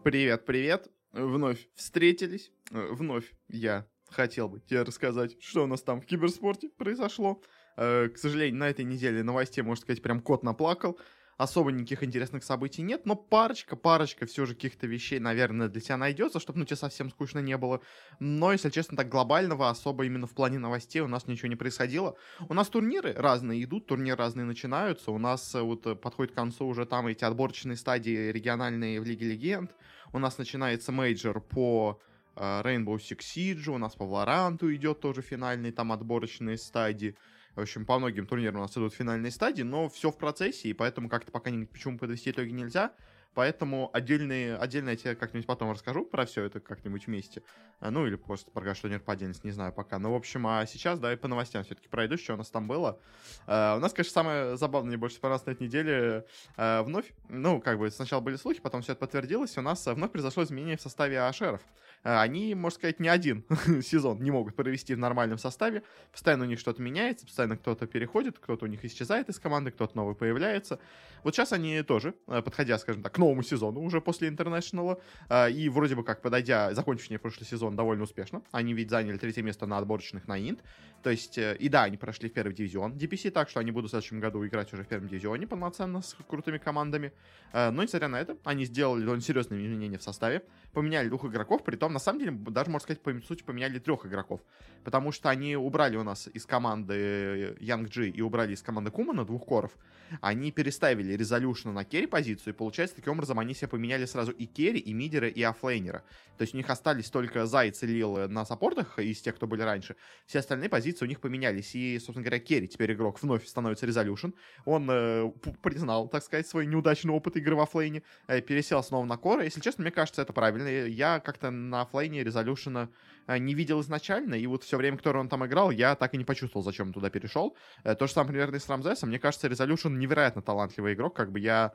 Привет, привет. Вновь встретились. Вновь я хотел бы тебе рассказать, что у нас там в киберспорте произошло. К сожалению, на этой неделе новостей, можно сказать, прям кот наплакал. Особо никаких интересных событий нет, но парочка все же каких-то вещей, наверное, для тебя найдется, чтобы, тебе совсем скучно не было. Но, если честно, так глобального, особо именно в плане новостей у нас ничего не происходило. У нас турниры разные идут, турниры разные начинаются. У нас подходит к концу уже там эти отборочные стадии региональные в Лиге Легенд. У нас начинается мейджор по Rainbow Six Siege, у нас по Valorant идет тоже финальный, там отборочные стадии. В общем, по многим турнирам у нас идут финальные стадии, но все в процессе, и поэтому как-то пока почему подвести итоги нельзя. Поэтому отдельно я тебе как-нибудь потом расскажу про все это как-нибудь вместе. Ну, или просто про что-нибудь по отдельности, не знаю пока. Ну, в общем, а сейчас, да, и по новостям все-таки пройду, что у нас там было. У нас, конечно, самое забавное, мне больше понравилось на этой неделе, вновь, сначала были слухи, потом все это подтвердилось, у нас вновь произошло изменение в составе АШРов. Они, можно сказать, не один сезон не могут провести в нормальном составе. Постоянно у них что-то меняется, постоянно кто-то переходит, кто-то у них исчезает из команды, кто-то новый появляется. Вот сейчас они тоже, подходя, скажем так, к новому сезону, уже после Интернешнала, и вроде бы как закончив прошлый сезон довольно успешно, они ведь заняли 3 место на отборочных на Инт, то есть, и да, они прошли в первый дивизион DPC, так что они будут в следующем году играть уже в первом дивизионе полноценно с крутыми командами, но, несмотря на это, они сделали довольно серьезные изменения в составе, поменяли 2 игроков, притом, на самом деле, даже, можно сказать, по сути, поменяли 3 игроков, потому что они убрали у нас из команды Young G и убрали из команды Кумана 2 коров, они переставили Резолюшна на керри позицию, и, получается, таким образом они себе поменяли сразу и керри, и мидера, и оффлейнера. То есть у них остались только Заяц и Лил на саппортах из тех, кто были раньше. Все остальные позиции у них поменялись. И, собственно говоря, керри теперь игрок вновь становится Резолюшн. Он признал, так сказать, свой неудачный опыт игры в оффлейне, пересел снова на кора. Если честно, мне кажется, это правильно. Я как-то на оффлейне Резолюшна не видел изначально, и вот все время, которое он там играл, я так и не почувствовал, зачем он туда перешел. То же самое, примерно, и с Рамзесом. Мне кажется, Резолюшн невероятно талантливый игрок, как бы я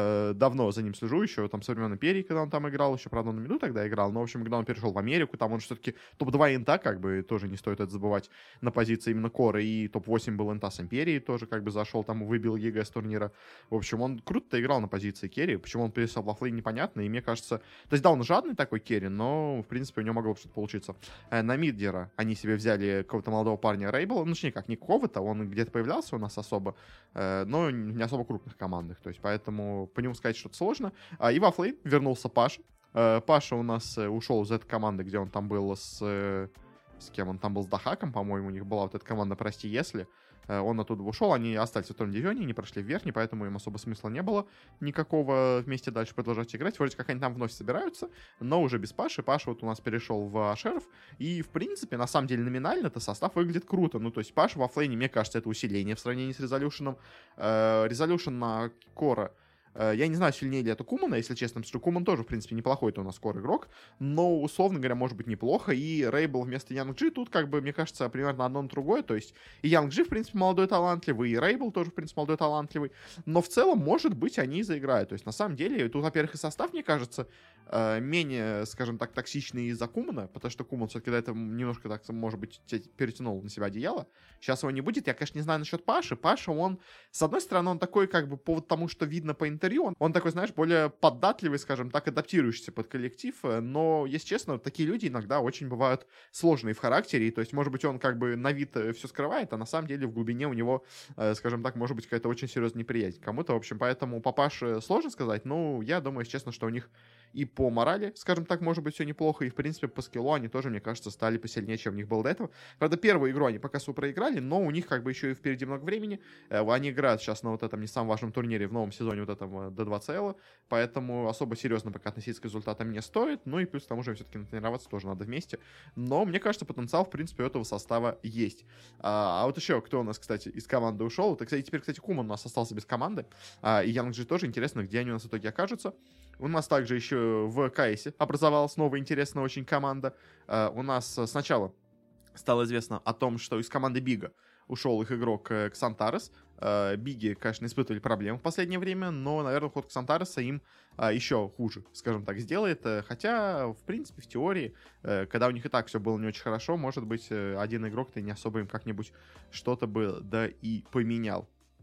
давно за ним слежу, еще там со времен Империи, когда он там играл, еще, правда, на минуту тогда играл, но, в общем, когда он перешел в Америку, там он все-таки топ-2 инта, как бы, тоже не стоит это забывать, на позиции именно кора, и топ-8 был инта с Империей, тоже, как бы, зашел, там, выбил ЕГЭ с турнира. В общем, он круто играл на позиции керри, почему он пересел в оффлейн, непонятно, и мне кажется, то есть, да, он жадный такой керри, но, в принципе, у него могло бы что-то получиться. На миддера они себе взяли какого-то молодого парня Рейбла, ну, точнее, как, не какого-то, он где-то появлялся у нас особо, но не особо крупных командах, то есть, поэтому по нему сказать что-то сложно. И в оффлейн вернулся Паша. Паша у нас ушел из этой команды, где он там был с кем он там был, с Дахаком, по-моему, у них была вот эта команда «Прости, если». Он оттуда ушел, они остались в втором дивизионе, не прошли в верхний, поэтому им особо смысла не было никакого вместе дальше продолжать играть. Вроде как они там вновь собираются, но уже без Паши. Паша вот у нас перешел в Ашеров, и, в принципе, на самом деле, номинально-то состав выглядит круто. Ну, то есть Паша во флейне, мне кажется, это усиление в сравнении с Резолюшеном. Резолюшен на Кора, я не знаю, сильнее ли это Кумана, если честно, потому что Куман тоже, в принципе, неплохой-то у нас скор игрок, но, условно говоря, может быть неплохо, и Рейбл вместо Янг Джи тут, как бы, мне кажется, примерно одно на другое, то есть и Янг Джи, в принципе, молодой талантливый, и Рейбл тоже, в принципе, молодой талантливый, но в целом, может быть, они и заиграют, то есть, на самом деле, тут, во-первых, и состав, мне кажется, менее, скажем так, токсичный из-за Кумана, потому что Куман все-таки до этого немножко, так, может быть, перетянул на себя одеяло, сейчас его не будет, я, конечно, не знаю насчет Паши, Паша, он, с одной стороны, он такой, как бы, по тому, что видно по интервью, он такой, знаешь, более податливый, скажем так, адаптирующийся под коллектив, но, если честно, такие люди иногда очень бывают сложные в характере, то есть, может быть, он как бы на вид все скрывает, а на самом деле в глубине у него, скажем так, может быть какая-то очень серьезная неприязнь к кому-то, в общем, поэтому по Паше сложно сказать, но я думаю, если честно, что у них и по морали, скажем так, может быть, все неплохо, и, в принципе, по скиллу они тоже, мне кажется, стали посильнее, чем у них было до этого. Правда, первую игру они пока проиграли, но у них как бы еще и впереди много времени. Они играют сейчас на вот этом не самом важном турнире в новом сезоне, вот этом D2CL, поэтому особо серьезно пока относиться к результатам не стоит. Ну и плюс к тому же все-таки натренироваться тоже надо вместе. Но мне кажется, потенциал, в принципе, у этого состава есть. А вот еще кто у нас, кстати, из команды ушел? Это, кстати, теперь, Куман у нас остался без команды. И Янг Джи тоже. Интересно, где они у нас в итоге окажутся. У нас также еще в КСе образовалась новая интересная очень команда. У нас сначала стало известно о том, что из команды Бига ушел их игрок Ксантарес. Биги, конечно, испытывали проблемы в последнее время, но, наверное, уход Ксантареса им еще хуже, скажем так, сделает. Хотя, в принципе, в теории, когда у них и так все было не очень хорошо, может быть, один игрок-то не особо им как-нибудь что-то бы да и поменял.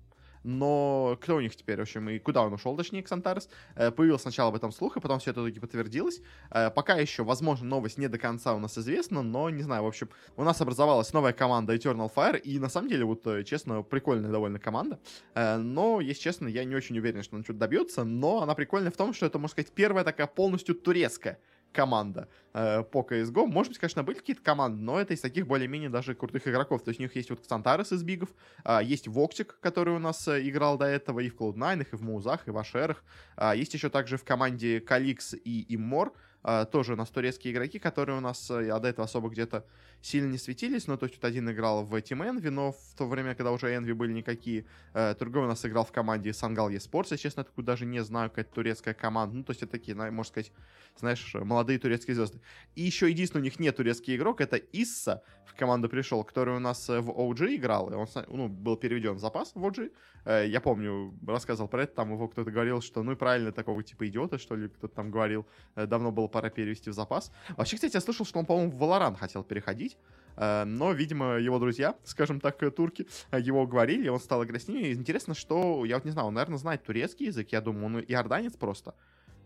но кто у них теперь, в общем, и куда он ушел, точнее, Ксантарес? Появился сначала об этом слух, и потом все это в итоге подтвердилось. Пока еще, возможно, новость не до конца у нас известна, но, не знаю, в общем, у нас образовалась новая команда Eternal Fire, и, на самом деле, вот, честно, прикольная довольно команда, но, если честно, я не очень уверен, что она что-то добьется, но она прикольная в том, что это, можно сказать, первая такая полностью турецкая команда по CSGO. Может быть, конечно, были какие-то команды, но это из таких более-менее даже крутых игроков. То есть у них есть вот Ксантарес из Бигов, есть Воксик, который у нас играл до этого и в Cloud9, и в Маузах, и в Ашерах. Есть еще также в команде Каликс и Иммор, тоже у нас турецкие игроки, которые у нас до этого особо где-то сильно не светились. Ну, то есть вот один играл в Team Envy, но в то время, когда уже Envy были никакие. Другой у нас играл в команде Сангал eSports. Я, честно, такую даже не знаю, какая-то турецкая команда. Ну, то есть это такие, можно сказать, знаешь, молодые турецкие звезды. И еще единственный у них не турецкий игрок, это Исса в команду пришел, который у нас в OG играл. И он был переведен в запас в OG. Я помню, рассказывал про это, там его кто-то говорил, что ну и правильно, такого типа идиота, что ли, кто-то там говорил. Давно было пора перевести в запас. Вообще, кстати, я слышал, что он, по-моему, в Valorant хотел переходить. Но, видимо, его друзья, скажем так, турки, его уговорили, и он стал играть с ними. И интересно, что, я вот не знаю, он, наверное, знает турецкий язык, я думаю, он иорданец просто.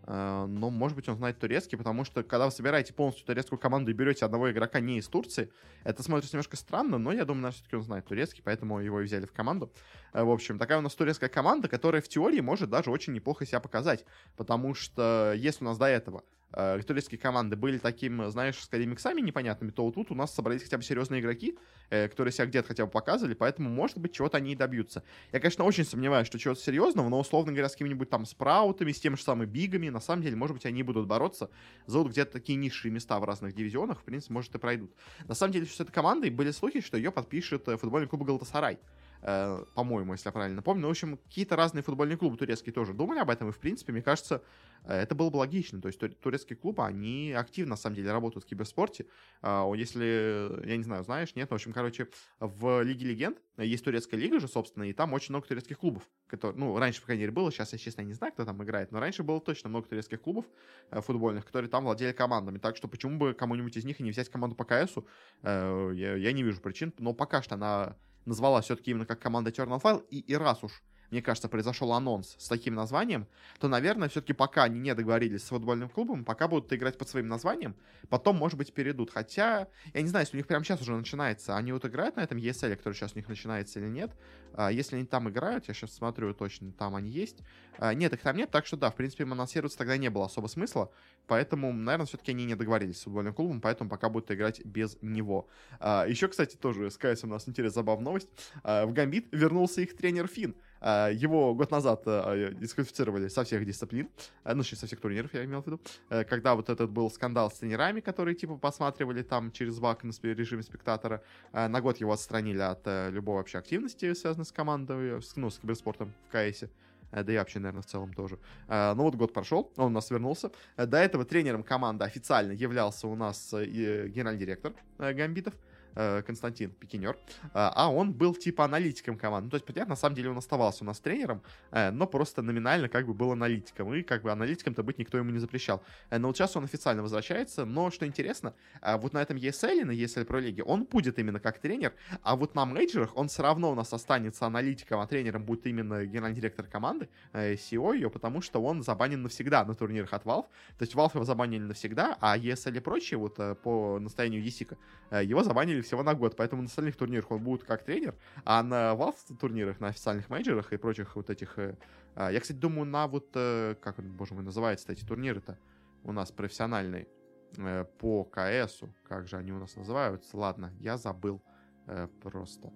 Но, может быть, он знает турецкий, потому что, когда вы собираете полностью турецкую команду и берете одного игрока не из Турции, это смотрится немножко странно, но я думаю, все-таки он знает турецкий, поэтому его и взяли в команду. В общем, такая у нас турецкая команда, которая в теории может даже очень неплохо себя показать, потому что если у нас до этого турецкие команды были таким, знаешь, скорее миксами непонятными, то вот тут у нас собрались хотя бы серьезные игроки, которые себя где-то хотя бы показывали, поэтому, может быть, чего-то они и добьются. Я, конечно, очень сомневаюсь, что чего-то серьезного, но, условно говоря, с какими-нибудь там спраутами, с тем же самым бигами, на самом деле, может быть, они будут бороться за вот где-то такие низшие места в разных дивизионах, в принципе, может, и пройдут. На самом деле, с этой командой были слухи, что ее подпишет футбольный клуб Галатасарай. По-моему, если я правильно помню. Ну, в общем, какие-то разные футбольные клубы турецкие тоже думали об этом, и, в принципе, мне кажется, это было бы логично. То есть турецкие клубы, они активно, на самом деле, работают в киберспорте. Если, я не знаю, знаешь, нет, в общем, короче, в Лиге Легенд есть турецкая лига же, собственно, и там очень много турецких клубов, которые, ну, раньше, по крайней мере, было, сейчас я, честно, не знаю, кто там играет, но раньше было точно много турецких клубов футбольных, которые там владели командами, так что почему бы кому-нибудь из них и не взять команду по КСу, я не вижу причин, но пока что она назвала все-таки именно как команда Eternal Fire, и раз уж, мне кажется, произошел анонс с таким названием, то, наверное, все-таки пока они не договорились с футбольным клубом, пока будут играть под своим названием, потом, может быть, перейдут. Хотя, я не знаю, если у них прямо сейчас уже начинается, они вот играют на этом ESL, который сейчас у них начинается или нет. Если они там играют, я сейчас смотрю точно, там они есть. Нет, их там нет, так что да, в принципе, им анонсироваться тогда не было особо смысла, поэтому, наверное, все-таки они не договорились с футбольным клубом, поэтому пока будут играть без него. Еще, кстати, тоже с КС у нас интересная забавная новость. В Гамбит вернулся их тренер Финн. Его год назад дисквалифицировали со всех дисциплин, ну, со всех турниров, я имел в виду, когда вот этот был скандал с тренерами, которые, типа, посматривали там через ВАК на режиме спектатора. На год его отстранили от любой вообще активности, связанной с командой, ну, с киберспортом в КСе. Да и вообще, наверное, в целом тоже. Ну вот год прошел, он у нас вернулся. До этого тренером команды официально являлся у нас генеральный директор Гамбитов, Константин Пикинер, а он был типа аналитиком команды. Ну, то есть, понятно, на самом деле он оставался у нас тренером, но просто номинально как бы был аналитиком, и как бы аналитиком-то быть никто ему не запрещал. Но вот сейчас он официально возвращается, но, что интересно, вот на этом ESL, на ESL Pro League, он будет именно как тренер, а вот на мейджорах он все равно у нас останется аналитиком, а тренером будет именно генеральный директор команды, CEO ее, потому что он забанен навсегда на турнирах от Valve. То есть Valve его забанили навсегда, а ESL и прочие, вот по настоянию Есика, его забанили всего на год, поэтому на остальных турнирах он будет как тренер, а на Valve турнирах, на официальных мейджорах и прочих вот этих... Я, кстати, думаю, на вот... Как он, боже мой, называется эти турниры-то у нас профессиональные по КСу. Как же они у нас называются? Ладно, я забыл просто.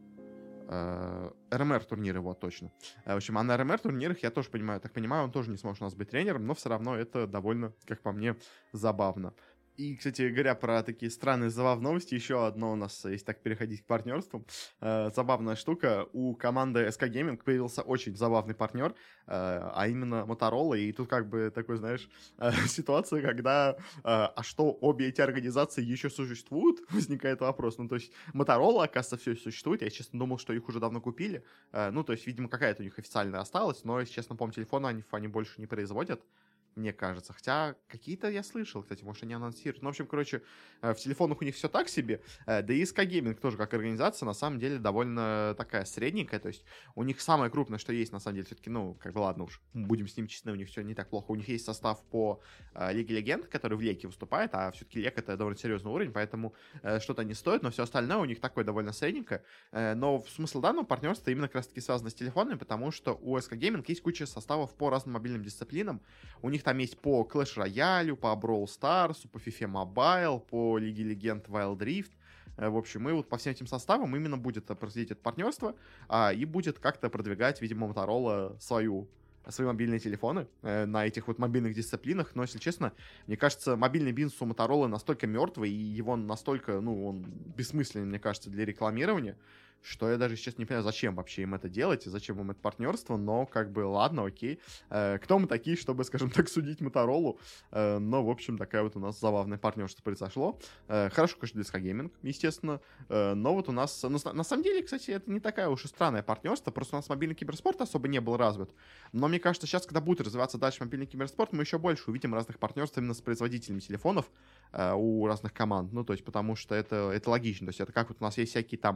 РМР турниры, вот, точно. В общем, а на РМР турнирах, я тоже понимаю, так понимаю, он тоже не сможет у нас быть тренером, но все равно это довольно, как по мне, забавно. И, кстати говоря, про такие странные забавные новости, еще одно у нас, если так переходить к партнерствам, забавная штука, у команды SK Gaming появился очень забавный партнер, а именно Motorola, и тут как бы такой, знаешь, ситуация, когда, а что, обе эти организации еще существуют, возникает вопрос, ну, то есть Motorola, оказывается, все существует, я, честно, думал, что их уже давно купили, ну, то есть, видимо, какая-то у них официальная осталась, но, если честно, по-моему, телефона они больше не производят, мне кажется. Хотя какие-то я слышал, кстати, может, они анонсируют. Ну, в общем, короче, в телефонах у них все так себе. Да и SK Gaming тоже как организация, на самом деле, довольно такая средненькая. То есть у них самое крупное, что есть, на самом деле, все-таки, ну, как бы, ладно уж, будем с ним честны, у них все не так плохо. У них есть состав по Лиге Легенд, который в Леке выступает, а все-таки Лек — это довольно серьезный уровень, поэтому что-то не стоит, но все остальное у них такое довольно средненькое. Но смысл данного партнерства именно как раз-таки связан с телефонами, потому что у SK Gaming есть куча составов по разным мобильным дисциплинам. У них там есть по Clash Royale, по Brawl Stars, по FIFA Mobile, по Лиге Легенд Wild Rift. В общем, и вот по всем этим составам именно будет происходить это партнерство, и будет как-то продвигать, видимо, Motorola свои мобильные телефоны на этих вот мобильных дисциплинах. Но, если честно, мне кажется, мобильный бизнес у Motorola настолько мертвый, и его настолько, ну, он бессмысленный, мне кажется, для рекламирования, что я даже сейчас не понимаю, зачем вообще им это делать, и зачем им это партнерство, но как бы ладно, окей. Кто мы такие, чтобы, скажем так, судить Моторолу? Но, в общем, такая вот у нас забавное партнерство произошло. Хорошо, конечно, для SK Gaming, естественно, но вот у нас... Ну, на самом деле, кстати, это не такая уж и странное партнерство, просто у нас мобильный киберспорт особо не был развит. Но мне кажется, сейчас, когда будет развиваться дальше мобильный киберспорт, мы еще больше увидим разных партнерств именно с производителями телефонов у разных команд. Ну, то есть, потому что это логично. То есть, это как вот у нас есть всякие там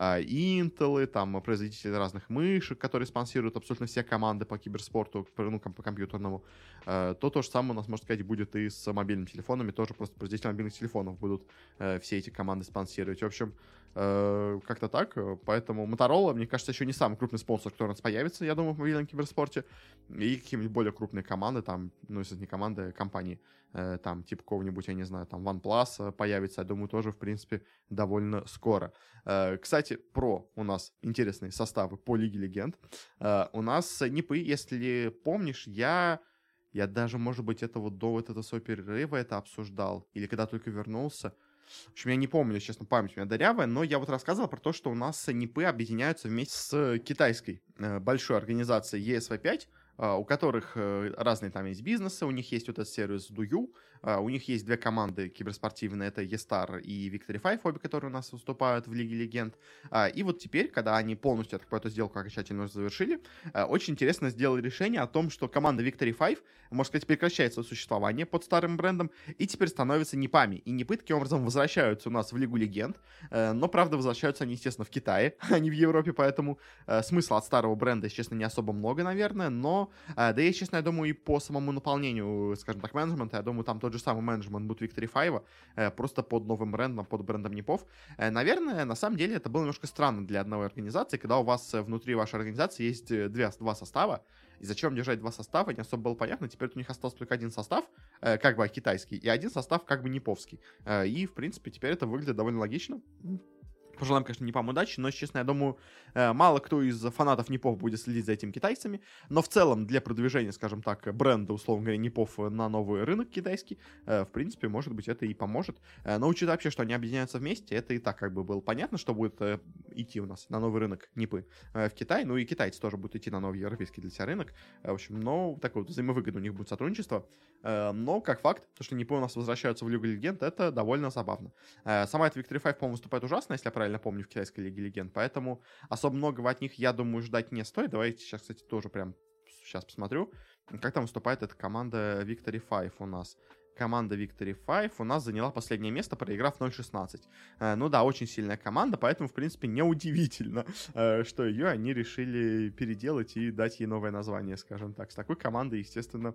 Intel, там производители разных мышек, которые спонсируют абсолютно все команды по киберспорту, ну, по компьютерному, то же самое у нас, можно сказать, будет и с мобильными телефонами, тоже просто производители мобильных телефонов будут все эти команды спонсировать. В общем, как-то так, поэтому Motorola, мне кажется, еще не самый крупный спонсор, который у нас появится, я думаю, в мобильном киберспорте, и какие-нибудь более крупные команды, там, ну, если не команды, компании, там, типа какого-нибудь, я не знаю, там, OnePlus появится, я думаю, тоже, в принципе, довольно скоро. Кстати, про у нас интересные составы по Лиге Легенд. У нас НИПы, если помнишь, я даже, может быть, это вот до вот этого своего перерыва это обсуждал, или когда только вернулся. В общем, я не помню, честно, память у меня дырявая, но я вот рассказывал про то, что у нас НИПы объединяются вместе с китайской большой организацией ESV5, у которых разные там есть бизнесы, у них есть вот этот сервис Дую, у них есть две команды киберспортивные, это eStar и Victory 5, обе, которые у нас выступают в Лиге Легенд. И вот теперь, когда они полностью эту сделку окончательно завершили, очень интересно сделали решение о том, что команда Victory 5, можно сказать, прекращает свое существование под старым брендом и теперь становится НИПами. И НИПы таким образом возвращаются у нас в Лигу Легенд, но, правда, возвращаются они, естественно, в Китае, а не в Европе, поэтому смысла от старого бренда, если честно, не особо много, наверное, но да, и, честно, я думаю, и по самому наполнению, скажем так, менеджмента, я думаю, там тот же самый менеджмент будет Victory 5, просто под новым брендом, под брендом НИПов. Наверное, на самом деле, это было немножко странно для одной организации, когда у вас внутри вашей организации есть два состава, и зачем держать два состава, не особо было понятно. Теперь у них остался только один состав, как бы китайский, и один состав как бы ниповский. И, в принципе, теперь это выглядит довольно логично. Пожелаем, конечно, НИПам удачи, но, честно, я думаю, мало кто из фанатов НИПов будет следить за этими китайцами, но в целом для продвижения, скажем так, бренда, условно говоря, НИПов на новый рынок китайский, в принципе, может быть, это и поможет. Но учитывая вообще, что они объединяются вместе, это и так как бы было понятно, что будет идти у нас на новый рынок НИПы в Китай, ну и китайцы тоже будут идти на новый европейский для себя рынок. В общем, но такое вот взаимовыгодное у них будет сотрудничество. Но, как факт, то, что НИПы у нас возвращаются в Лигу Легенд, это довольно забавно. Сама эта Victory 5, по-моему, выступает ужасно, если я правильно помню, в китайской Лиге Легенд, поэтому особо многого от них, я думаю, ждать не стоит. Давайте сейчас, кстати, тоже прям сейчас посмотрю, как там выступает эта команда Victory 5 у нас. Команда Victory 5 у нас заняла последнее место, проиграв 0-16. Ну да, очень сильная команда, поэтому, в принципе, неудивительно, что ее они решили переделать и дать ей новое название, скажем так. С такой командой, естественно,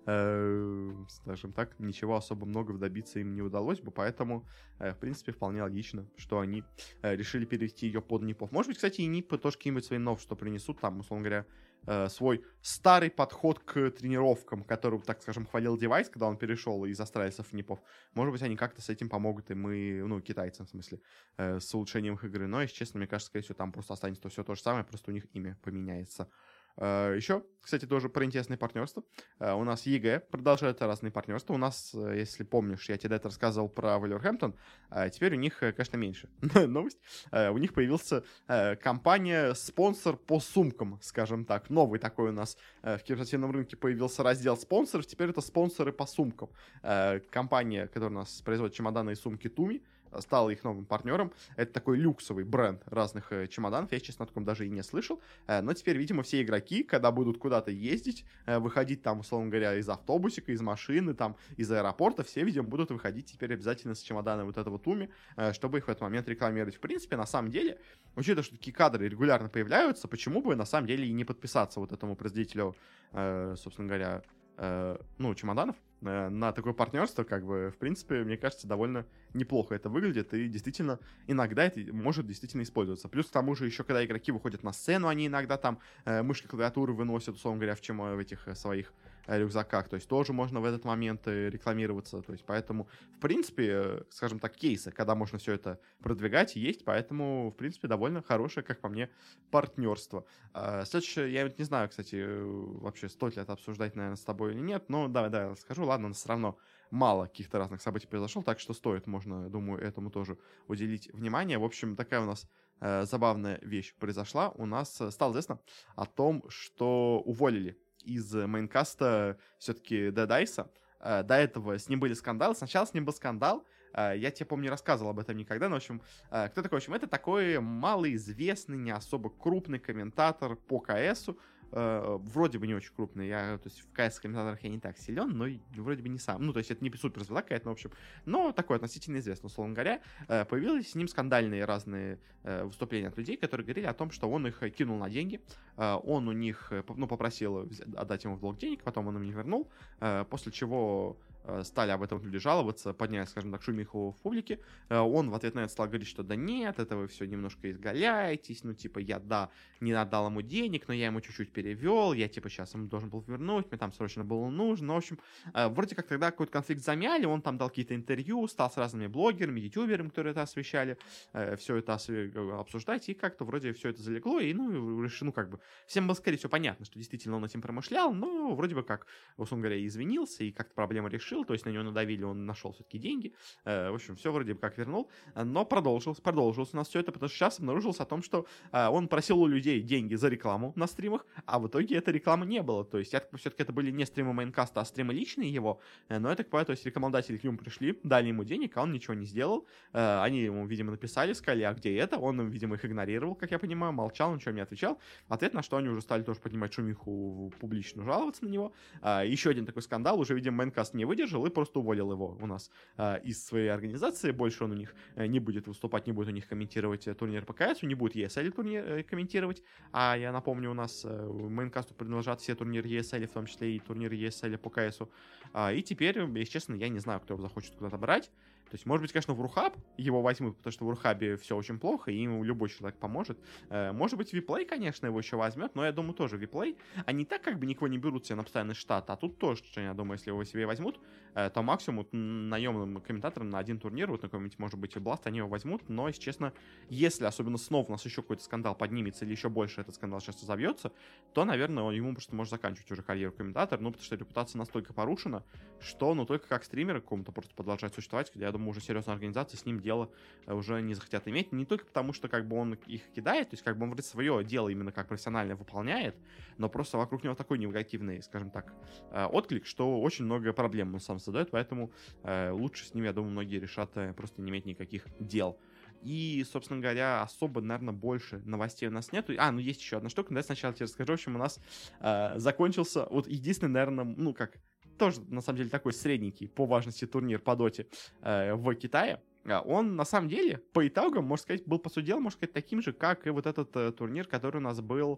скажем так, ничего особо многого добиться им не удалось бы, поэтому, в принципе, вполне логично, что они решили перевести ее под НИПов. Может быть, кстати, и НИПы тоже какие-нибудь свои новшества принесут, там, условно говоря, свой старый подход к тренировкам, который, так скажем, хвалил девайс, когда он перешел из австралийцев в НИПов. Может быть, они как-то с этим помогут, и мы, ну, китайцам, в смысле, с улучшением их игры. Но, если честно, мне кажется, скорее всего, там просто останется все то же самое, просто у них имя поменяется. Еще, кстати, тоже про интересные партнерства. У нас ЕГЭ продолжают разные партнерства. У нас, если помнишь, я тебе до этого рассказывал про Вулверхэмптон, теперь у них, конечно, меньше новость. У них появился компания-спонсор по сумкам, скажем так. Новый такой у нас в киберспортивном рынке появился раздел спонсоров. Теперь это спонсоры по сумкам. Компания, которая у нас производит чемоданы и сумки Туми, стала их новым партнером. Это такой люксовый бренд разных чемоданов. Я, честно, о таком даже и не слышал. Но теперь, видимо, все игроки, когда будут куда-то ездить, выходить там, условно говоря, из автобусика, из машины, там, из аэропорта, все, видимо, будут выходить теперь обязательно с чемодана вот этого Туми, чтобы их в этот момент рекламировать. В принципе, на самом деле, учитывая, что такие кадры регулярно появляются, почему бы на самом деле и не подписаться вот этому производителю, собственно говоря, чемоданов на такое партнерство, как бы, в принципе, мне кажется, довольно неплохо это выглядит, и действительно, иногда это может действительно использоваться. Плюс, к тому же, еще когда игроки выходят на сцену, они иногда там мышки, клавиатуры выносят, условно говоря, в этих своих рюкзаках, то есть тоже можно в этот момент рекламироваться, то есть поэтому, в принципе, скажем так, кейсы, когда можно все это продвигать, есть, поэтому, в принципе, довольно хорошее, как по мне, партнерство. Следующее, я не знаю, кстати, вообще стоит ли это обсуждать, наверное, с тобой или нет, но да, расскажу, ладно, но все равно мало каких-то разных событий произошло, так что стоит, можно, думаю, этому тоже уделить внимание. В общем, такая у нас забавная вещь произошла. У нас стало известно о том, что уволили из мейнкаста все-таки Dead Ice. До этого с ним были скандалы. Сначала с ним был скандал. Я тебе, помню, не рассказывал об этом никогда, но, в общем, кто такой? В общем, это такой малоизвестный, не особо крупный комментатор по КСу. Вроде бы не очень крупный. То есть в КС-комментаторах я не так силен, но вроде бы не сам. Ну, то есть это не супер звезда какая-то, но, в общем, но такой относительно известный, условно говоря. Появились с ним скандальные разные выступления от людей, которые говорили о том, что он их кинул на деньги. Он у них, попросил отдать ему в долг денег, потом он им не вернул, после чего стали об этом люди жаловаться, подняли, скажем так, шумиху в публике. Он в ответ на это стал говорить, что да нет, это вы все немножко изгаляетесь, я не отдал ему денег, но я ему чуть-чуть перевел, я сейчас ему должен был вернуть, мне там срочно было нужно. Ну, в общем, вроде как тогда какой-то конфликт замяли, он там дал какие-то интервью, стал с разными блогерами, ютуберами, которые это освещали, все это обсуждать, и как-то вроде все это залегло, и, решено, всем было, скорее всего, понятно, что действительно он этим промышлял, но вроде бы как, условно говоря, извинился, и как-то проблему решил, то есть на него надавили, он нашел все-таки деньги. В общем, все вроде бы как вернул. Но продолжилось у нас все это, потому что сейчас обнаружилось о том, что он просил у людей деньги за рекламу на стримах, а в итоге этой рекламы не было. То есть, все-таки это были не стримы мейнкаста, а стримы личные его. Но я так понимаю, то есть рекламодатели к нему пришли, дали ему денег, а он ничего не сделал. Они ему, видимо, написали, сказали, а где это? Он, видимо, их игнорировал, как я понимаю, молчал, ничего не отвечал. В ответ на что они уже стали тоже поднимать шумиху, публично жаловаться на него. Еще один такой скандал, уже, видимо, мейнкаст не выдержал и просто уволил его у нас из своей организации. Больше он у них не будет выступать, не будет у них комментировать турнир по КСу, не будет ESL турнир комментировать. А я напомню, у нас мейнкасту принадлежат все турниры ESL, в том числе и турниры ESL по КСу. И теперь, если честно, я не знаю, кто его захочет куда-то брать. То есть, может быть, конечно, в Рухаб его возьмут, потому что в Рухабе все очень плохо, и ему любой человек поможет. Может быть, Виплей, конечно, его еще возьмет, но я думаю, тоже Виплей. Они так никого не берут себе на постоянный штат, а тут тоже, я думаю, если его себе возьмут, то максимум наемным комментатором на один турнир, вот на какой-нибудь, может быть, Blast, они его возьмут, но, если честно, если особенно снова у нас еще какой-то скандал поднимется или еще больше этот скандал сейчас разовьется, то, наверное, ему просто может заканчивать уже карьеру комментатора, потому что репутация настолько порушена, что, только как стример какому-то просто продолжать существовать, я думаю, уже серьезная организация с ним дело уже не захотят иметь, не только потому, что он их кидает, то есть он вроде свое дело именно как профессионально выполняет, но просто вокруг него такой негативный, скажем так, отклик, что очень много проблем он сам создает, поэтому лучше с ним, я думаю, многие решат просто не иметь никаких дел. И, собственно говоря, особо, наверное, больше новостей у нас нету. Есть еще одна штука, да, сначала тебе расскажу. В общем, у нас закончился, вот единственный, наверное, тоже, на самом деле, такой средненький по важности турнир по доте в Китае. Он, на самом деле, по итогам, можно сказать, был, по сути дела, можно сказать, таким же, как и вот этот турнир, который у нас был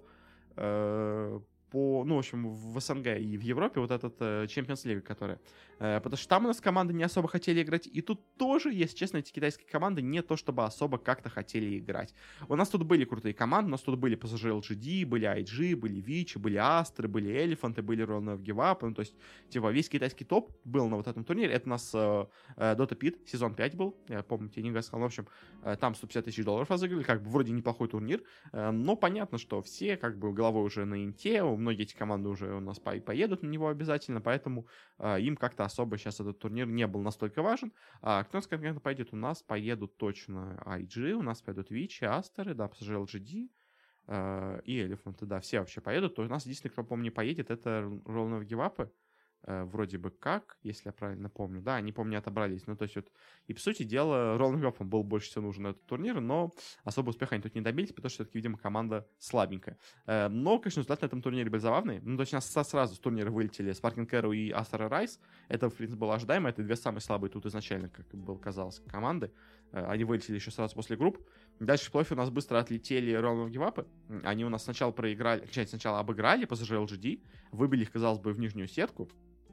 в общем, в СНГ и в Европе, вот этот Champions League, который. Потому что там у нас команды не особо хотели играть. И тут тоже, если честно, эти китайские команды не то чтобы особо как-то хотели играть. У нас тут были крутые команды, у нас тут были PSG LGD, были IG, были Вичи, были Астры, были Элефанты, были Roll Give Up. То есть, весь китайский топ был на вот этом турнире. Это у нас Dota Pit, сезон 5 был. Я помню, тебе не сказал. В общем, там 150 тысяч долларов разыграли. Вроде неплохой турнир. Но понятно, что все головой уже на инте. Многие эти команды уже у нас поедут на него обязательно. Поэтому им как-то особо сейчас этот турнир не был настолько важен. Кто у нас конкретно поедет? У нас поедут точно IG, у нас поедут Вичи, Астеры, да, PSG LGD и Элефанты, да, все вообще поедут. То у нас единственный, кто, помню, не поедет, это Roll No Give Up. вроде бы как, если я правильно помню. Да, они, помню, отобрались. Ну, то есть вот, и, по сути дела, Роланд Гарросом был больше всего нужен на этот турнир, но особо успеха они тут не добились, потому что все-таки, видимо, команда слабенькая. Но, конечно, результаты на этом турнире были забавные. Ну, то есть у нас сразу с турнира вылетели Sparking Arrow и Астер Райс. Это, в принципе, было ожидаемо. Это две самые слабые тут изначально, как было казалось, команды. Они вылетели еще сразу после групп. Дальше в плей-оффе у нас быстро отлетели Роланд Гивапы. Они у нас сначала проиграли, сначала обыграли PSG LGD, выбили их, казалось бы, в нижнюю сетку.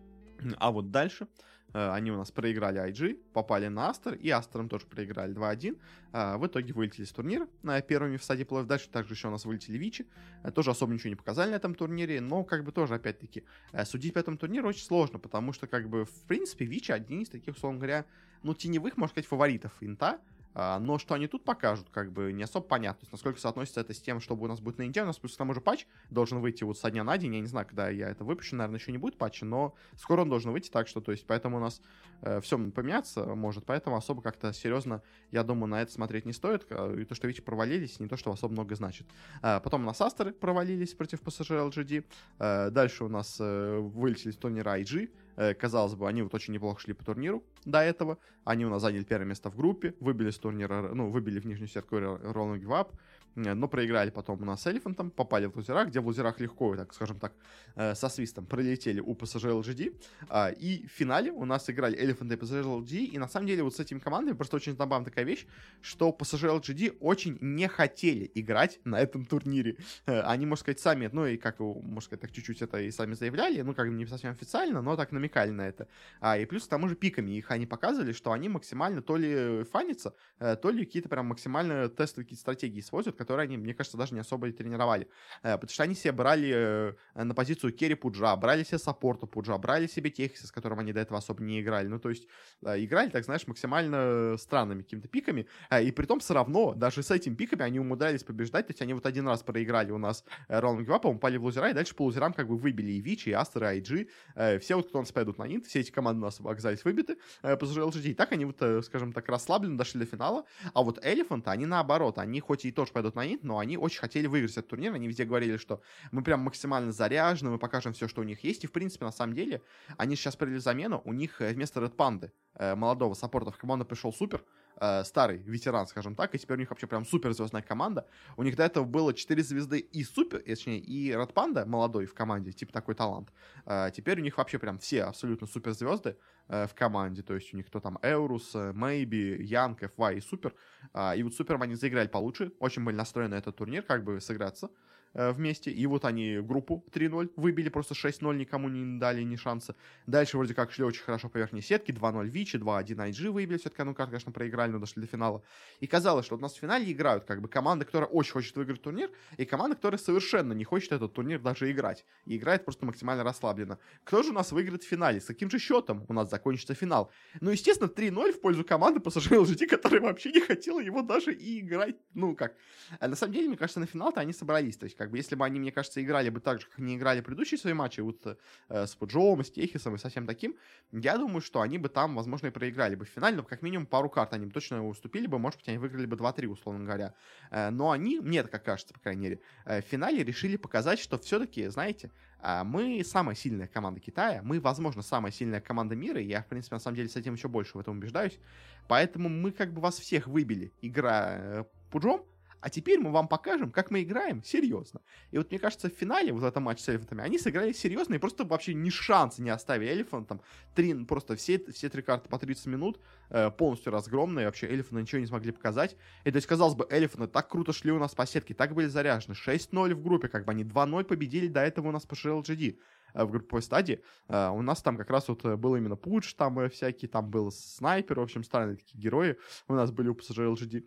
А вот дальше они у нас проиграли IG, попали на Астер, и Астером тоже проиграли 2-1. В итоге вылетели с турнира первыми в стадии плей-офф. Дальше также еще у нас вылетели Вичи. Тоже особо ничего не показали на этом турнире, но как бы тоже, опять-таки, судить по этому турниру очень сложно, потому что, как бы, в принципе, Вичи один из таких, условно говоря, ну, теневых, можно сказать, фаворитов инта. Но что они тут покажут, как бы не особо понятно. То есть, насколько соотносится это с тем, что у нас будет на Инте. У нас плюс к тому же патч должен выйти вот со дня на день. Я не знаю, когда я это выпущу. Наверное, еще не будет патча, но скоро он должен выйти. Так что, то есть, поэтому у нас все поменяться может. Поэтому особо как-то серьезно, я думаю, на это смотреть не стоит. И то, что Вичи провалились, не то, что особо много значит. Потом у нас Астеры провалились против PSG LGD. Дальше у нас вылетели с турнира IG. Казалось бы, они вот очень неплохо шли по турниру до этого. Они у нас заняли первое место в группе, выбили с турнира, ну, выбили в нижнюю сетку Rolling Give Up, но проиграли потом у нас с Элефантом, попали в лузерах, где в лузерах легко, так скажем так, со свистом пролетели у PSG LGD. И в финале у нас играли Elephant и PSG LGD, и на самом деле вот с этими командами просто очень забавная такая вещь, что PSG LGD очень не хотели играть на этом турнире. Они, можно сказать, сами, ну и как, можно сказать, так чуть-чуть это и сами заявляли, ну как бы не совсем официально, но так намекали на это. И плюс к тому же пиками их они показывали, что они максимально то ли фанятся, то ли какие-то прям максимально тестовые какие-то стратегии используют, которые они, мне кажется, даже не особо и тренировали. Потому что они себе брали на позицию керри Пуджа, брали себе саппорта Пуджа, брали себе Техиса, с которым они до этого особо не играли. Ну, то есть играли, так знаешь, максимально странными какими-то пиками. И при том все равно, даже с этими пиками они умудрялись побеждать. То есть они вот один раз проиграли у нас Роланд Гивапом, упали в лузера, и дальше по лузерам как бы выбили и Вичи, и Астер, и IG. Все вот, кто у нас пойдут на Нинт, все эти команды у нас оказались выбиты по LGD. И так они вот, скажем так, расслабленно дошли до финала. А вот Elephant, они наоборот, они хоть и тоже пойдут на Нинт, но они очень хотели выиграть этот турнир. Они везде говорили, что мы прям максимально заряжены, мы покажем все, что у них есть. И, в принципе, на самом деле, они сейчас провели замену. У них вместо Red Panda, молодого саппорта, в команду пришел Супер, старый ветеран, скажем так, и теперь у них вообще прям суперзвездная команда. У них до этого было 4 звезды и Супер, точнее, и Red Panda молодой в команде, типа такой талант. Теперь у них вообще прям все абсолютно суперзвезды в команде, то есть у них кто там Эурус, Мэйби, Янг, FY и Супер. И вот Супером они заиграли получше, очень были настроены на этот турнир, как бы сыграться вместе. И вот они группу 3-0 выбили, просто 6-0, никому не дали ни шанса. Дальше вроде как шли очень хорошо по верхней сетке, 2-0 Вичи, 2-1 IG выбили, все-таки, ну, конечно, проиграли, но дошли до финала. И казалось, что у нас в финале играют как бы команда, которая очень хочет выиграть турнир, и команда, которая совершенно не хочет этот турнир даже играть. И играет просто максимально расслабленно. Кто же у нас выиграет в финале? С каким же счетом у нас закончится финал? Ну, естественно, 3-0 в пользу команды PSG LGD, которая вообще не хотела его даже и играть. Ну, как? А на самом деле, мне кажется, на финал-то они собрались. То есть, как бы, если бы они, мне кажется, играли бы так же, как они играли предыдущие свои матчи, вот с Пуджом, с Техисом и со всем таким, я думаю, что они бы там, возможно, и проиграли бы в финале, но как минимум пару карт они бы точно уступили бы, может быть, они выиграли бы 2-3, условно говоря. Но они, мне так кажется, по крайней мере, в финале решили показать, что все-таки, знаете, мы самая сильная команда Китая, мы, возможно, самая сильная команда мира, и я, в принципе, на самом деле, с этим еще больше в этом убеждаюсь, поэтому мы как бы вас всех выбили, играя Пуджом, а теперь мы вам покажем, как мы играем серьезно. И вот мне кажется, в финале, вот в этом матче с Элефантами, они сыграли серьезно и просто вообще ни шанса не оставили Элефантам. Просто все 3 карты по 30 минут полностью разгромные. Вообще Элефанты ничего не смогли показать. И то есть, казалось бы, Элефанты так круто шли у нас по сетке, так были заряжены. 6-0 в группе, как бы они 2-0 победили до этого у нас по LGD в групповой стадии. У нас там как раз вот был именно Пудж, там всякие, там был Снайпер, в общем, странные такие герои у нас были у PSG LGD.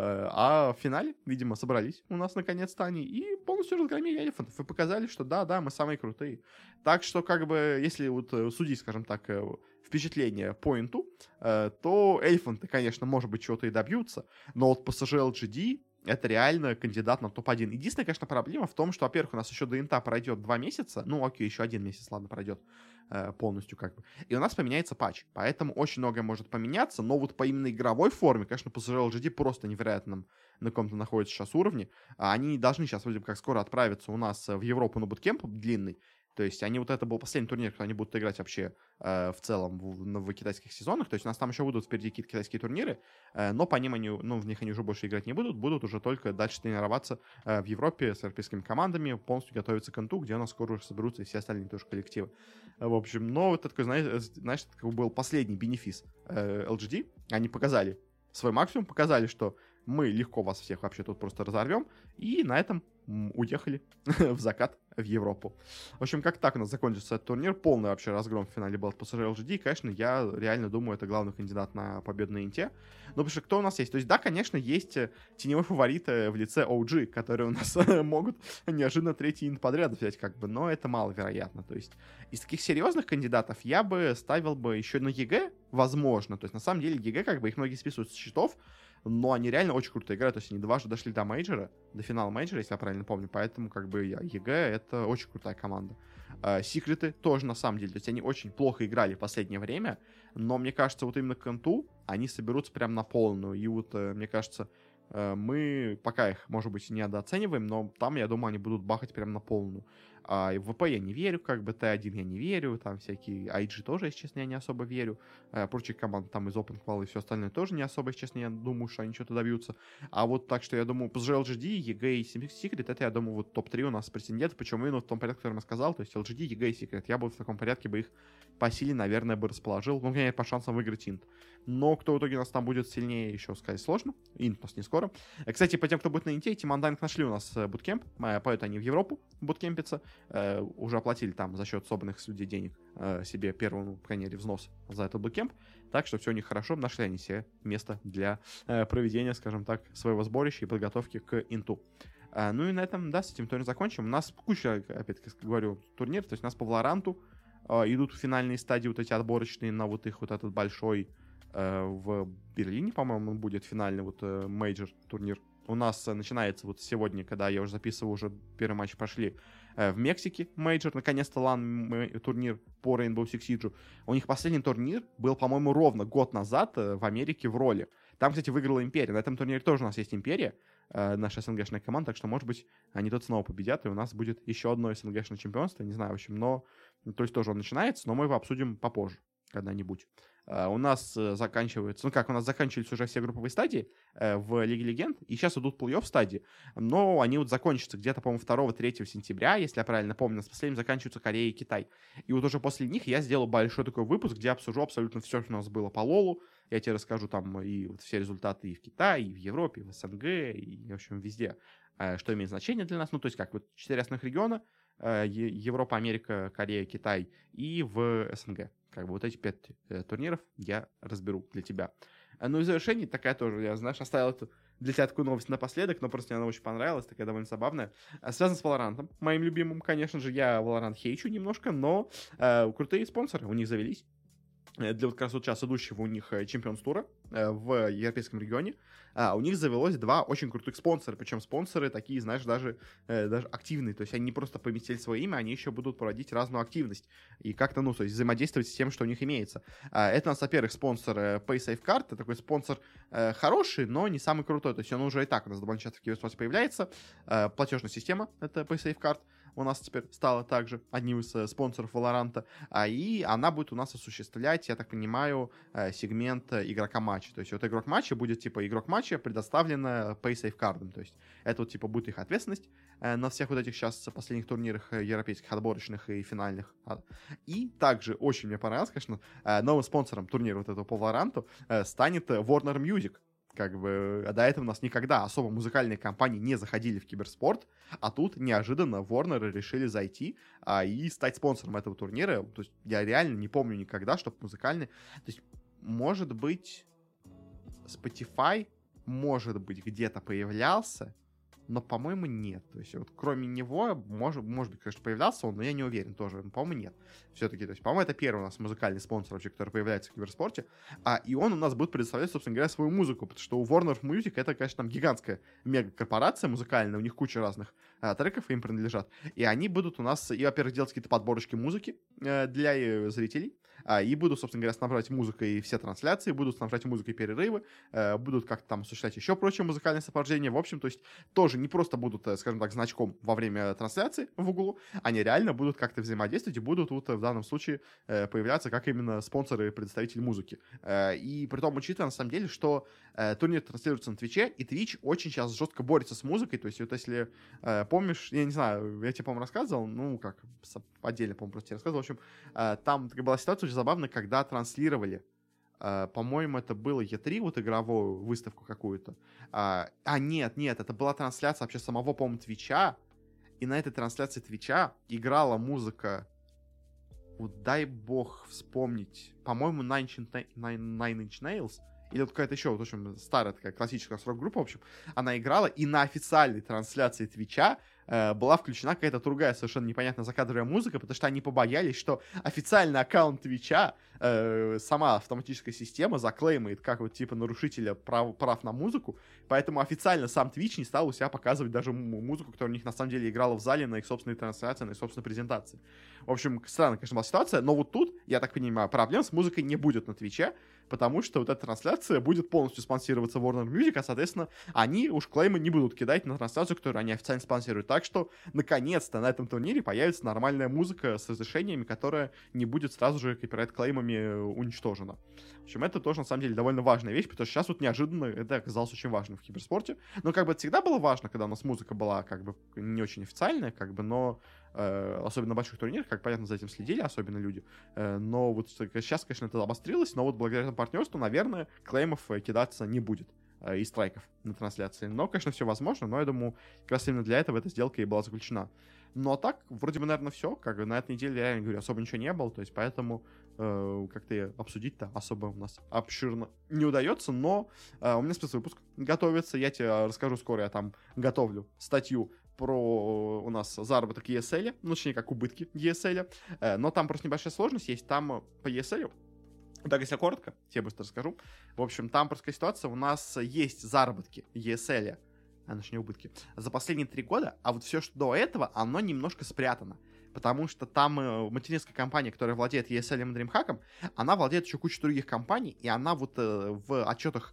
А в финале, видимо, собрались у нас наконец-то они и полностью разгромили Элефантов и показали, что да, мы самые крутые. Так что, как бы, если вот судить, скажем так, впечатление по инту, то Элефанты, конечно, может быть, чего-то и добьются, но вот PSG LGD это реально кандидат на топ-1. Единственная, конечно, проблема в том, что, во-первых, у нас еще до инта пройдет 2 месяца. Ну, окей, еще 1 месяц, ладно, пройдет полностью как бы. И у нас поменяется патч. Поэтому очень многое может поменяться. Но вот по именно игровой форме, конечно, PSG LGD просто невероятном на каком-то находится сейчас уровне. Они не должны сейчас, вроде бы, как скоро отправиться у нас в Европу на буткемп длинный. То есть они вот это был последний турнир, когда они будут играть вообще в целом в китайских сезонах. То есть у нас там еще будут впереди какие-то китайские турниры, но по ним они, ну, в них они уже больше играть не будут уже только дальше тренироваться в Европе с европейскими командами, полностью готовиться к НТУ, где у нас скоро уже соберутся и все остальные тоже коллективы. В общем, но это такой, знаешь, это был последний бенефис LGD. Они показали свой максимум, показали, что мы легко вас всех вообще тут просто разорвем, и на этом уехали в закат в Европу. В общем, как так у нас закончится этот турнир, полный вообще разгром в финале был от PSG LGD, и, конечно, я реально думаю, это главный кандидат на победу на Инте. Но потому что кто у нас есть? То есть, да, конечно, есть теневой фаворит в лице OG, которые у нас могут неожиданно третий Инт подряд взять, как бы, но это маловероятно. То есть, из таких серьезных кандидатов я бы ставил бы еще на ЕГЭ, возможно. То есть, на самом деле, ЕГЭ, как бы, их многие списывают с счетов, но они реально очень круто играют, то есть они дважды дошли до мейджора, до финала мейджора, если я правильно помню, поэтому как бы ЕГЭ — это очень крутая команда. Секреты тоже на самом деле, то есть они очень плохо играли в последнее время, но мне кажется, вот именно к НТУ они соберутся прям на полную, и вот мне кажется, мы пока их, может быть, недооцениваем, но там, я думаю, они будут бахать прям на полную. В ВП я не верю, как бы Т1 я не верю, там всякие IG тоже, если честно, я не особо верю. Прочие команды там из Open Qual и все остальное тоже не особо, если честно, я думаю, что они что-то добьются. А вот так что я думаю, PSG, LGD, ЕГЭ и Secret, это, я думаю, вот топ-3 у нас претендентов, причем именно в том порядке, который я сказал, то есть LGD, ЕГЭ и Secret. Я бы в таком порядке бы их по силе, наверное, бы расположил. Ну, конечно, по шансам выиграть Инт. Но кто в итоге у нас там будет сильнее, еще сказать сложно. Инт у нас не скоро. Кстати, по тем, кто будет на Инте, Team Undying нашли у нас буткемп. Поэтому они в Европу буткемпятся. Уже оплатили там за счет собранных с людей денег себе первый, ну, по крайней мере, взнос за этот буткемп. Так что все у них хорошо. Нашли они себе место для проведения, скажем так, своего сборища и подготовки к Инту. Ну и на этом, да, с этим турнир закончим. У нас куча, опять-таки говорю, турнир. То есть у нас по Валоранту идут финальные стадии вот эти отборочные на вот их вот этот большой в Берлине, по-моему, будет финальный вот мейджор турнир. У нас начинается вот сегодня, когда я уже записываю, уже первый матч прошли в Мексике мейджор, наконец-то турнир по Rainbow Six Siege. У них последний турнир был, по-моему, ровно год назад в Америке в роли. Там, кстати, выиграла Империя. На этом турнире тоже у нас есть Империя, наша СНГшная команда, так что, может быть, они тут снова победят, и у нас будет еще одно СНГшное чемпионство, не знаю, в общем, но, то есть тоже он начинается, но мы его обсудим попозже, когда-нибудь. У нас заканчиваются, у нас заканчивались уже все групповые стадии в Лиге Легенд, и сейчас идут плей-офф стадии, но они вот закончатся где-то, по-моему, 2-3 сентября, если я правильно помню, с последним заканчиваются Корея и Китай. И вот уже после них я сделал большой такой выпуск, где обсужу абсолютно все, что у нас было по Лолу. Я тебе расскажу там и вот все результаты и в Китае, и в Европе, и в СНГ, и, в общем, везде, что имеет значение для нас. Ну, то есть как вот 4 основных региона: Европа, Америка, Корея, Китай и в СНГ. Как бы вот эти 5 турниров я разберу для тебя. Ну и в завершении такая тоже, я, знаешь, оставил эту для тебя такую новость напоследок, но просто мне она очень понравилась, такая довольно забавная. Связана с Valorant, моим любимым, конечно же. Я Valorant хейчу немножко, но крутые спонсоры у них завелись. Для вот как раз вот сейчас идущего у них Champions тура в европейском регионе, у них завелось 2 очень крутых спонсора, причем спонсоры такие, знаешь, даже активные, то есть они не просто поместили свое имя, они еще будут проводить разную активность и как-то, ну, то есть взаимодействовать с тем, что у них имеется. Это у нас, во-первых, спонсор PaySafeCard, это такой спонсор хороший, но не самый крутой, то есть он уже и так у нас довольно часто в киберспорте появляется. Платежная система, это PaySafeCard, у нас теперь стала также одним из спонсоров Valorant, и она будет у нас осуществлять, я так понимаю, сегмент игрока матча. То есть вот игрок матча будет, типа, игрок матча предоставлен PaySafeCard. То есть это вот, типа, будет их ответственность на всех вот этих сейчас последних турнирах европейских, отборочных и финальных. И также очень мне понравилось, конечно, новым спонсором турнира вот этого по Valorant станет Warner Music. Как бы до этого у нас никогда особо музыкальные компании не заходили в киберспорт, а тут неожиданно Warner решили зайти и стать спонсором этого турнира. То есть я реально не помню никогда, чтобы музыкальные... То есть, может быть, Spotify, может быть, где-то появлялся, но, по-моему, нет. То есть вот кроме него, может быть, конечно, появлялся он, но я не уверен тоже. Но, по-моему, нет. Все-таки, то есть, по-моему, это первый у нас музыкальный спонсор вообще, который появляется в киберспорте. И он у нас будет предоставлять, собственно говоря, свою музыку, потому что у Warner Music это, конечно, там гигантская мега-корпорация музыкальная, у них куча разных треков им принадлежат. И они будут у нас, и, во-первых, делать какие-то подборочки музыки для зрителей, и будут, собственно говоря, снабжать музыкой все трансляции, будут снабжать музыкой перерывы, будут как-то там осуществлять еще прочее музыкальное сопровождение. В общем, то есть тоже не просто будут, скажем так, значком во время трансляции в углу, они реально будут как-то взаимодействовать и будут вот в данном случае появляться как именно спонсоры и представители музыки. И при том, учитывая на самом деле, что турнир транслируется на Твиче, и Twitch очень сейчас жестко борется с музыкой, то есть вот если помнишь, я не знаю, я тебе, по-моему, рассказывал, ну, как, отдельно, по-моему, просто тебе рассказывал, в общем, там была ситуация очень забавная, когда транслировали, по-моему, это было E3, вот игровую выставку какую-то. Нет, это была трансляция вообще самого, по-моему, Твича, и на этой трансляции Твича играла музыка, вот дай бог вспомнить, по-моему, Nine Inch Nails, или вот какая-то еще, вот, в общем, старая такая классическая рок-группа, в общем, она играла, и на официальной трансляции Твича была включена какая-то другая совершенно непонятная закадровая музыка, потому что они побоялись, что официальный аккаунт Твича, сама автоматическая система заклеймает как вот типа нарушителя прав на музыку, поэтому официально сам Twitch не стал у себя показывать даже музыку, которая у них на самом деле играла в зале на их собственной трансляции, на их собственной презентации. В общем, странная, конечно, была ситуация, но вот тут, я так понимаю, проблем с музыкой не будет на Твиче, потому что вот эта трансляция будет полностью спонсироваться Warner Music, а, соответственно, они уж клеймы не будут кидать на трансляцию, которую они официально спонсируют. Так что, наконец-то, на этом турнире появится нормальная музыка с разрешениями, которая не будет сразу же копирайт-клеймами уничтожена. В общем, это тоже, на самом деле, довольно важная вещь, потому что сейчас вот неожиданно это оказалось очень важным в киберспорте. Но как бы это всегда было важно, когда у нас музыка была как бы не очень официальная, как бы, но особенно на больших турнирах, как понятно, за этим следили, особенно люди. Но вот сейчас, конечно, это обострилось, но вот благодаря этому партнерству, наверное, клеймов кидаться не будет и страйков на трансляции. Но, конечно, все возможно, но я думаю, как раз именно для этого эта сделка и была заключена. Ну, а так, вроде бы, наверное, все. Как бы на этой неделе, я говорю, особо ничего не было, то есть поэтому как-то и обсудить-то особо у нас обширно не удается, но у меня спецвыпуск готовится, я тебе расскажу скоро, я там готовлю статью про у нас заработок ESL, ну, точнее, как убытки ESL, но там просто небольшая сложность есть, там по ESL, так, если коротко, тебе быстро расскажу, в общем, там просто ситуация, у нас есть заработки ESL, точнее, убытки, за последние 3 года, а вот все, что до этого, оно немножко спрятано, потому что там материнская компания, которая владеет ESL и DreamHack, она владеет еще кучей других компаний, и она вот в отчетах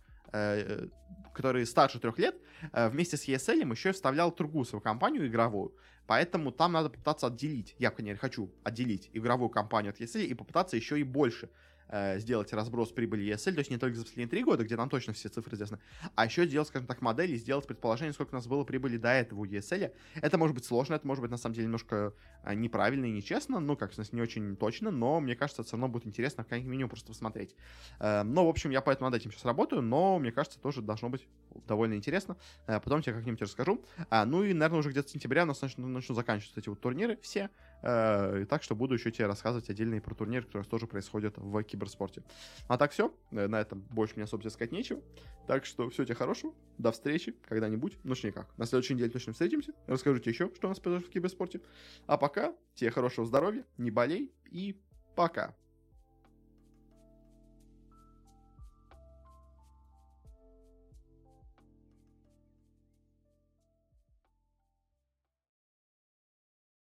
которые старше 3 лет, вместе с ESL еще и вставлял другую свою компанию игровую. Поэтому там надо попытаться отделить. Я, конечно, хочу отделить игровую компанию от ESL и попытаться еще и больше сделать разброс прибыли ESL, то есть не только за последние 3 года, где нам точно все цифры известны, а еще сделать, скажем так, модель и сделать предположение, сколько у нас было прибыли до этого у ESL. Это может быть сложно, это может быть на самом деле немножко неправильно и нечестно, ну, как, в смысле, не очень точно, но мне кажется, это все равно будет интересно, как минимум, просто посмотреть. Но, в общем, я поэтому над этим сейчас работаю, но, мне кажется, тоже должно быть довольно интересно. Потом тебе как-нибудь расскажу. Ну и, наверное, уже где-то с сентября у нас начнут заканчиваться эти вот турниры все, так что буду еще тебе рассказывать отдельно и про турниры, которые тоже происходят в киберспорте. А так все, на этом больше мне особо тебе сказать нечего. Так что всего тебе хорошего, до встречи когда-нибудь, ну точнее как, на следующей неделе точно встретимся, расскажу тебе еще, что у нас произошло в киберспорте. А пока, тебе хорошего здоровья, не болей и пока.